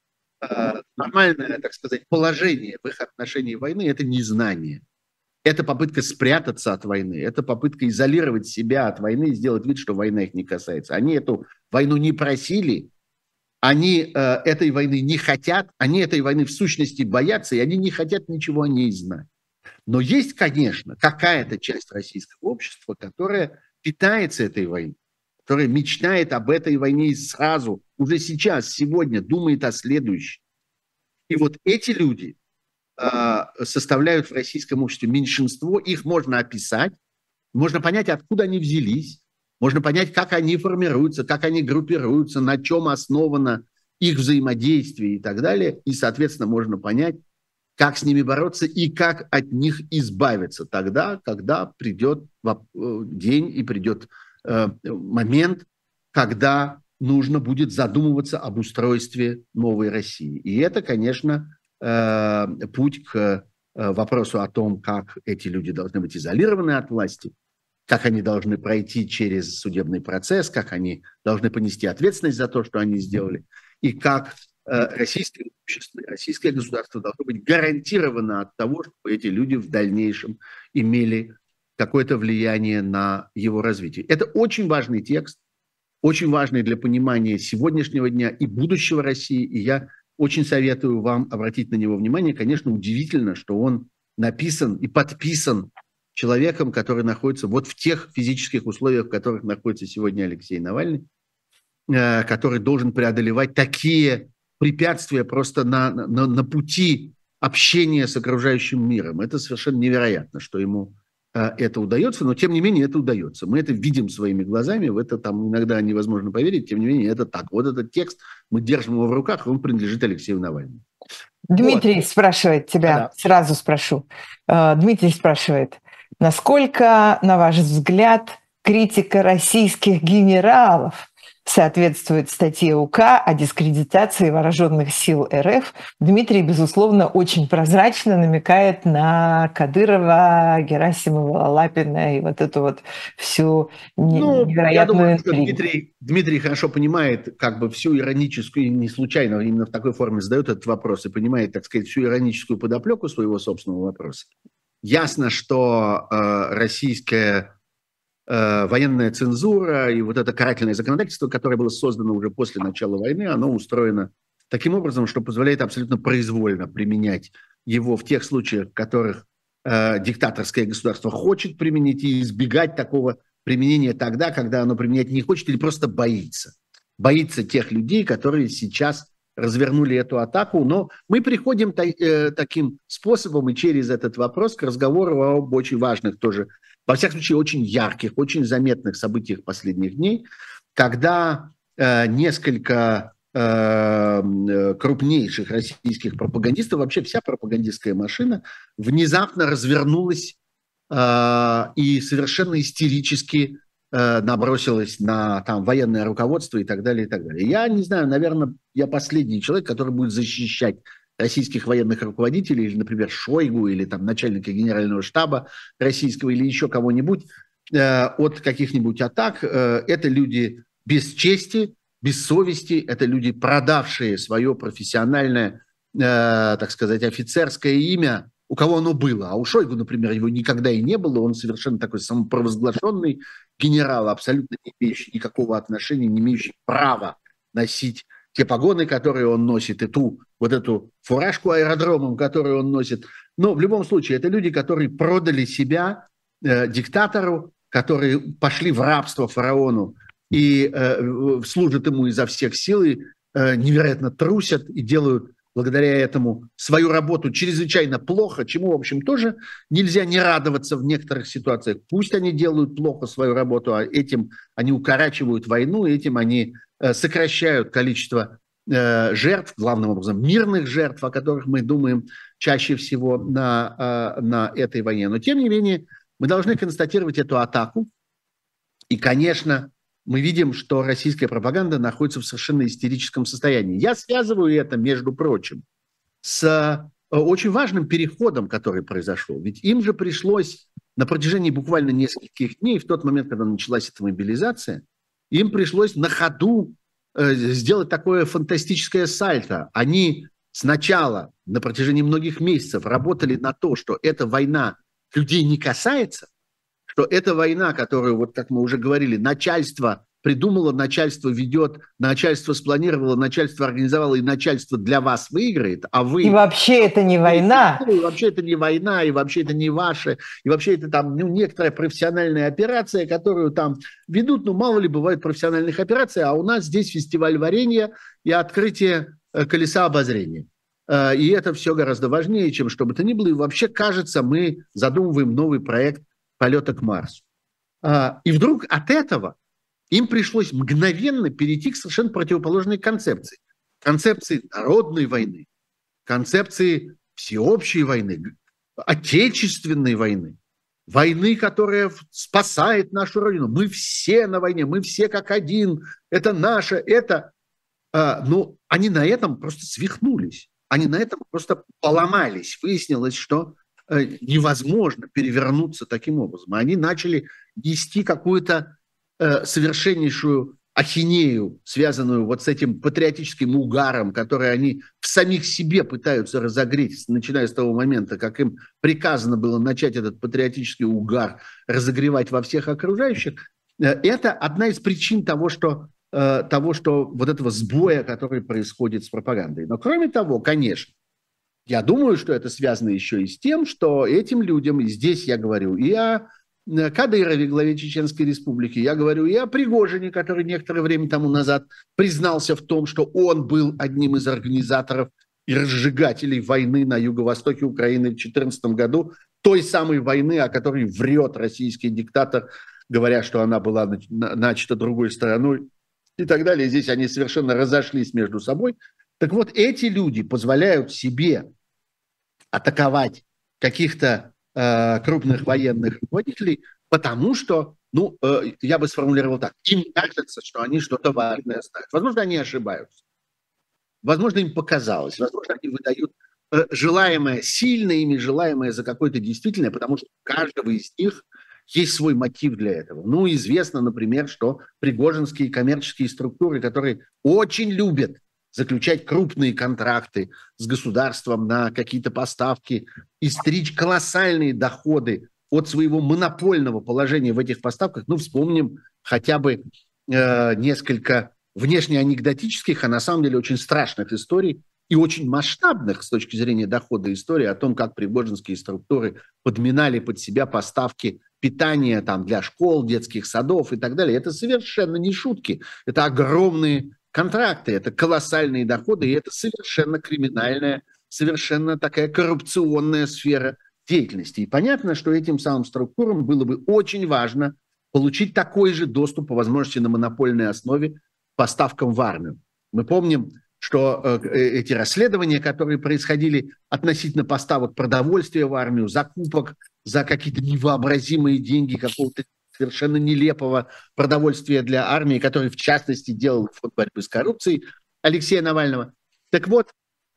нормальное, так сказать, положение в их отношении войны – это незнание. Это попытка спрятаться от войны, это попытка изолировать себя от войны и сделать вид, что война их не касается. Они эту войну не просили, они этой войны не хотят, они этой войны в сущности боятся, и они не хотят ничего о ней знать. Но есть, конечно, какая-то часть российского общества, которая питается этой войной, которая мечтает об этой войне сразу, уже сейчас, сегодня, думает о следующем. И вот эти люди составляют в российском обществе меньшинство, их можно описать, можно понять, откуда они взялись, можно понять, как они формируются, как они группируются, на чем основано их взаимодействие и так далее. И, соответственно, можно понять, как с ними бороться и как от них избавиться тогда, когда придет день и придет момент, когда нужно будет задумываться об устройстве новой России. И это, конечно, путь к вопросу о том, как эти люди должны быть изолированы от власти, как они должны пройти через судебный процесс, как они должны понести ответственность за то, что они сделали, и как российское общество, российское государство должно быть гарантировано от того, чтобы эти люди в дальнейшем имели какое-то влияние на его развитие. Это очень важный текст, очень важный для понимания сегодняшнего дня и будущего России, и я очень советую вам обратить на него внимание. Конечно, удивительно, что он написан и подписан человеком, который находится вот в тех физических условиях, в которых находится сегодня Алексей Навальный, который должен преодолевать такие препятствия просто на пути общения с окружающим миром. Это совершенно невероятно, что ему это удается, но тем не менее это удается. Мы это видим своими глазами, в это там иногда невозможно поверить, тем не менее это так. Вот этот текст, мы держим его в руках, и он принадлежит Алексею Навальному. Дмитрий спрашивает тебя, сразу спрошу. Дмитрий спрашивает, насколько, на ваш взгляд, критика российских генералов соответствует статье УК о дискредитации вооруженных сил РФ? Дмитрий, безусловно, очень прозрачно намекает на Кадырова, Герасимова, Лапина и вот эту вот всю невероятную интригу. Дмитрий хорошо понимает как бы всю ироническую, и не случайно именно в такой форме задает этот вопрос, и понимает, так сказать, всю ироническую подоплеку своего собственного вопроса. Ясно, что российская военная цензура и вот это карательное законодательство, которое было создано уже после начала войны, оно устроено таким образом, что позволяет абсолютно произвольно применять его в тех случаях, в которых диктаторское государство хочет применить, и избегать такого применения тогда, когда оно применять не хочет или просто боится. Боится тех людей, которые сейчас развернули эту атаку. Но мы приходим таким способом и через этот вопрос к разговору об очень важных тоже, во всяком случае, очень ярких, очень заметных событиях последних дней, когда несколько крупнейших российских пропагандистов, вообще вся пропагандистская машина, внезапно развернулась и совершенно истерически набросилась на там, военное руководство и так далее, и так далее. Я не знаю, наверное, я последний человек, который будет защищать российских военных руководителей, или, например, Шойгу, или там начальника генерального штаба российского, или еще кого-нибудь от каких-нибудь атак. Это люди без чести, без совести, это люди, продавшие свое профессиональное, так сказать, офицерское имя, у кого оно было. А у Шойгу, например, его никогда и не было, он совершенно такой самопровозглашенный генерал, абсолютно не имеющий никакого отношения, не имеющий права носить те погоны, которые он носит, и ту вот эту фуражку аэродромом, которую он носит. Но в любом случае, это люди, которые продали себя диктатору, которые пошли в рабство фараону и служат ему изо всех сил, и невероятно трусят и делают благодаря этому свою работу чрезвычайно плохо, чему, в общем, тоже нельзя не радоваться в некоторых ситуациях. Пусть они делают плохо свою работу, а этим они укорачивают войну, этим они сокращают количество жертв, главным образом мирных жертв, о которых мы думаем чаще всего на этой войне. Но, тем не менее, мы должны констатировать эту атаку. И, конечно, мы видим, что российская пропаганда находится в совершенно истерическом состоянии. Я связываю это, между прочим, с очень важным переходом, который произошел. Ведь им же пришлось на протяжении буквально нескольких дней, в тот момент, когда началась эта мобилизация, им пришлось на ходу сделать такое фантастическое сальто. Они сначала на протяжении многих месяцев работали на то, что эта война людей не касается, что эта война, которую, вот как мы уже говорили, начальство придумало, начальство ведет, начальство спланировало, начальство организовало, и начальство для вас выиграет, а вы... И вообще это не война. И вообще это не война, и вообще это не ваше, и вообще это там некоторая профессиональная операция, которую там ведут, ну мало ли бывает профессиональных операций, а у нас здесь фестиваль варенья и открытие колеса обозрения. И это все гораздо важнее, чем что бы то ни было. И вообще, кажется, мы задумываем новый проект полета к Марсу. И вдруг от этого им пришлось мгновенно перейти к совершенно противоположной концепции. Концепции народной войны, концепции всеобщей войны, отечественной войны. Войны, которая спасает нашу Родину. Мы все на войне, мы все как один. Это наше, это... Ну, они на этом просто свихнулись. Они на этом просто поломались. Выяснилось, что невозможно перевернуться таким образом. Они начали нести какую-то совершеннейшую ахинею, связанную вот с этим патриотическим угаром, который они в самих себе пытаются разогреть, начиная с того момента, как им приказано было начать этот патриотический угар разогревать во всех окружающих. Это одна из причин того, что вот этого сбоя, который происходит с пропагандой. Но кроме того, конечно, я думаю, что это связано еще и с тем, что этим людям, и здесь я говорю и о Кадырове, главе Чеченской Республики, я говорю и о Пригожине, который некоторое время тому назад признался в том, что он был одним из организаторов и разжигателей войны на юго-востоке Украины в 2014 году, той самой войны, о которой врет российский диктатор, говоря, что она была начата другой стороной и так далее. Здесь они совершенно разошлись между собой. Так вот, эти люди позволяют себе атаковать каких-то крупных военных руководителей, потому что, ну, я бы сформулировал так, им кажется, что они что-то важное знают. Возможно, они ошибаются. Возможно, им показалось. Возможно, они выдают желаемое, сильно ими желаемое за какое-то действительное, потому что у каждого из них есть свой мотив для этого. Ну, известно, например, что пригожинские коммерческие структуры, которые очень любят заключать крупные контракты с государством на какие-то поставки и стричь колоссальные доходы от своего монопольного положения в этих поставках. Ну, вспомним хотя бы несколько внешне анекдотических, а на самом деле очень страшных историй и очень масштабных с точки зрения дохода истории о том, как пригожинские структуры подминали под себя поставки питания там, для школ, детских садов и так далее. Это совершенно не шутки. Это огромные контракты, это колоссальные доходы, и это совершенно криминальная, совершенно такая коррупционная сфера деятельности. И понятно, что этим самым структурам было бы очень важно получить такой же доступ, по возможности на монопольной основе, к поставкам в армию. Мы помним, что эти расследования, которые происходили относительно поставок продовольствия в армию, закупок за какие-то невообразимые деньги какого-то совершенно нелепого продовольствия для армии, который, в частности, делал фонд борьбы с коррупцией Алексея Навального. Так вот,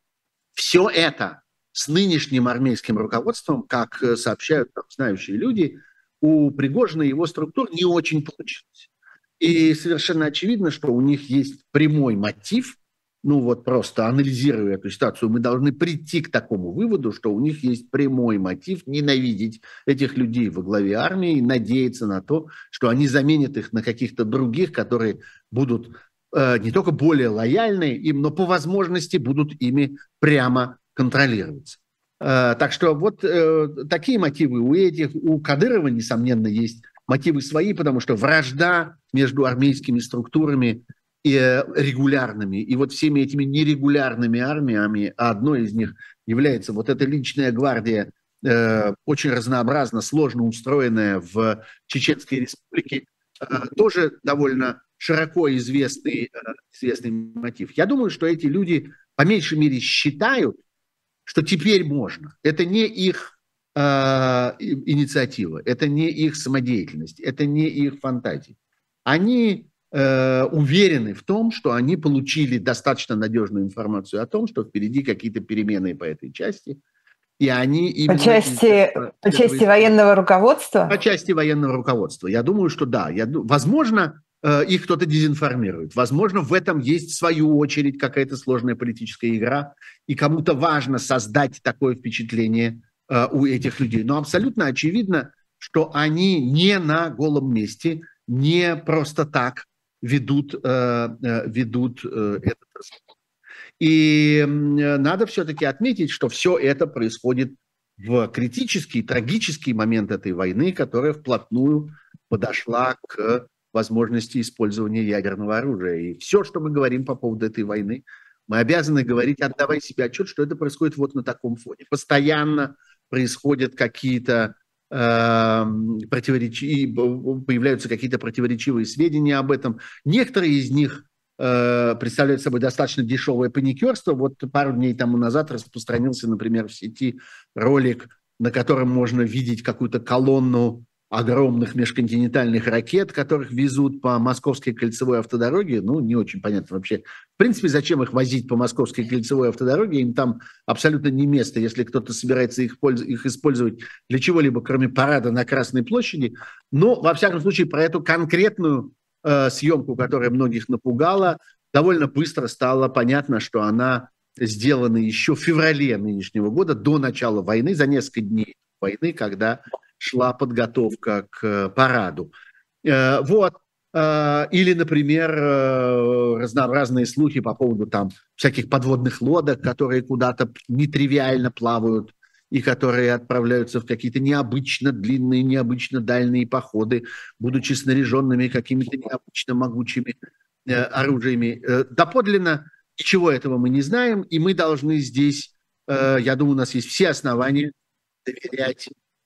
все это с нынешним армейским руководством, как сообщают там, знающие люди, у Пригожина и его структур не очень получилось. И совершенно очевидно, что у них есть прямой мотив. Ну вот просто анализируя эту ситуацию, мы должны прийти к такому выводу, что у них есть прямой мотив ненавидеть этих людей во главе армии и надеяться на то, что они заменят их на каких-то других, которые будут не только более лояльны им, но по возможности будут ими прямо контролироваться. Так что вот такие мотивы у Кадырова, несомненно, есть мотивы свои, потому что вражда между армейскими структурами и регулярными, и вот всеми этими нерегулярными армиями, а одной из них является вот эта личная гвардия, очень разнообразно, сложно устроенная в Чеченской Республике, тоже довольно широко известный мотив. Я думаю, что эти люди по меньшей мере считают, что теперь можно. Это не их инициатива, это не их самодеятельность, это не их фантазия. Они уверены в том, что они получили достаточно надежную информацию о том, что впереди какие-то перемены по этой части, И они По именно... части военного руководства? По части военного руководства. Я думаю, что да. Возможно, их кто-то дезинформирует. Возможно, в этом есть, в свою очередь, какая-то сложная политическая игра, и кому-то важно создать такое впечатление у этих людей. Но абсолютно очевидно, что они не на голом месте, не просто так ведут этот разговор. И надо все-таки отметить, что все это происходит в критический, трагический момент этой войны, которая вплотную подошла к возможности использования ядерного оружия. И все, что мы говорим по поводу этой войны, мы обязаны говорить, отдавая себе отчет, что это происходит вот на таком фоне. Постоянно происходят какие-то появляются какие-то противоречивые сведения об этом. Некоторые из них представляют собой достаточно дешевое паникерство. Вот пару дней тому назад распространился, например, в сети ролик, на котором можно видеть какую-то колонну огромных межконтинентальных ракет, которых везут по Московской кольцевой автодороге. Ну, не очень понятно вообще. В принципе, зачем их возить по Московской кольцевой автодороге? Им там абсолютно не место, если кто-то собирается их использовать для чего-либо, кроме парада на Красной площади. Но, во всяком случае, про эту конкретную съемку, которая многих напугала, довольно быстро стало понятно, что она сделана еще в феврале нынешнего года, до начала войны, за несколько дней войны, когда шла подготовка к параду. Вот. Или, например, разнообразные слухи по поводу там всяких подводных лодок, которые куда-то нетривиально плавают и которые отправляются в какие-то необычно длинные, необычно дальние походы, будучи снаряженными какими-то необычно могучими оружиями. Доподлинно ничего этого мы не знаем, и мы должны здесь, я думаю, у нас есть все основания доверять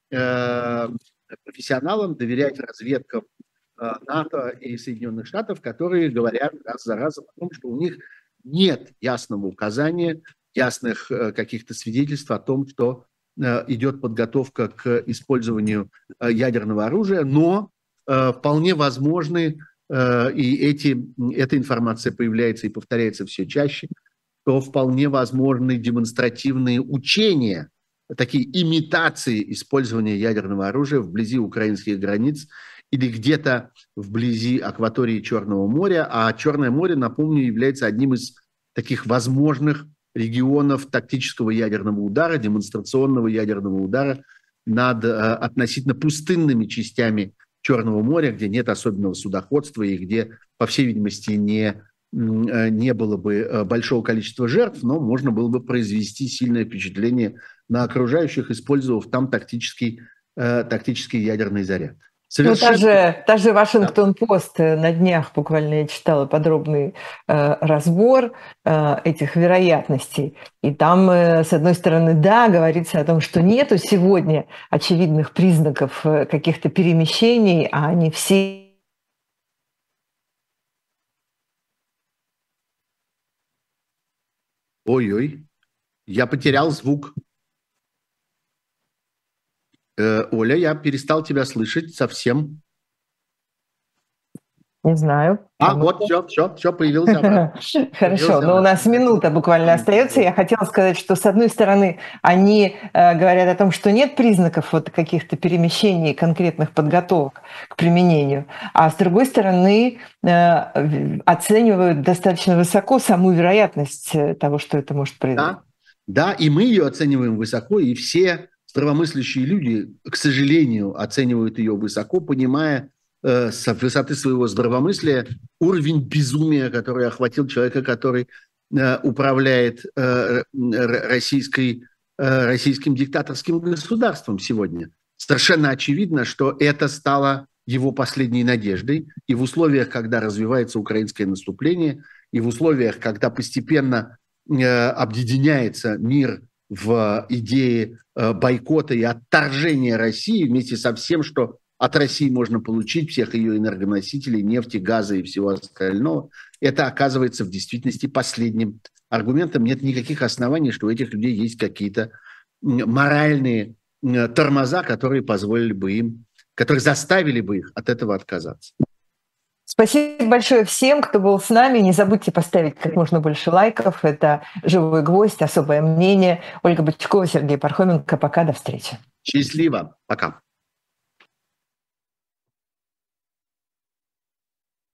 профессионалам, доверять разведкам НАТО и Соединенных Штатов, которые говорят раз за разом о том, что у них нет ясного указания, ясных каких-то свидетельств о том, что идет подготовка к использованию ядерного оружия, но вполне возможны, и эта информация появляется и повторяется все чаще, что вполне возможны демонстративные учения, такие имитации использования ядерного оружия вблизи украинских границ или где-то вблизи акватории Черного моря. А Черное море, напомню, является одним из таких возможных регионов тактического ядерного удара, демонстрационного ядерного удара над относительно пустынными частями Черного моря, где нет особенного судоходства и где, по всей видимости, не было бы большого количества жертв, но можно было бы произвести сильное впечатление на окружающих, использовав там тактический ядерный заряд. Совершенно... Ну, та же Вашингтон-Пост на днях буквально я читала подробный разбор этих вероятностей. И там, с одной стороны, да, говорится о том, что нету сегодня очевидных признаков каких-то перемещений, а они все... Ой-ой, я потерял звук. Оля, я перестал тебя слышать совсем. Не знаю. Вот, все, появился обратно. Хорошо, но у нас минута буквально остается. Я хотела сказать, что, с одной стороны, они говорят о том, что нет признаков вот каких-то перемещений, конкретных подготовок к применению, а с другой стороны, оценивают достаточно высоко саму вероятность того, что это может произойти. Да, и мы ее оцениваем высоко, и все здравомыслящие люди, к сожалению, оценивают ее высоко, понимая с высоты своего здравомыслия уровень безумия, который охватил человека, который управляет российским диктаторским государством сегодня. Совершенно очевидно, что это стало его последней надеждой. И в условиях, когда развивается украинское наступление, и в условиях, когда постепенно объединяется мир в идее бойкота и отторжения России вместе со всем, что от России можно получить, всех ее энергоносителей, нефти, газа и всего остального, это оказывается в действительности последним аргументом. Нет никаких оснований, что у этих людей есть какие-то моральные тормоза, которые позволили бы им, которые заставили бы их от этого отказаться. Спасибо большое всем, кто был с нами. Не забудьте поставить как можно больше лайков. Это «Живой гвоздь», «Особое мнение». Ольга Бычкова, Сергей Пархоменко. Пока, до встречи. Счастливо. Пока.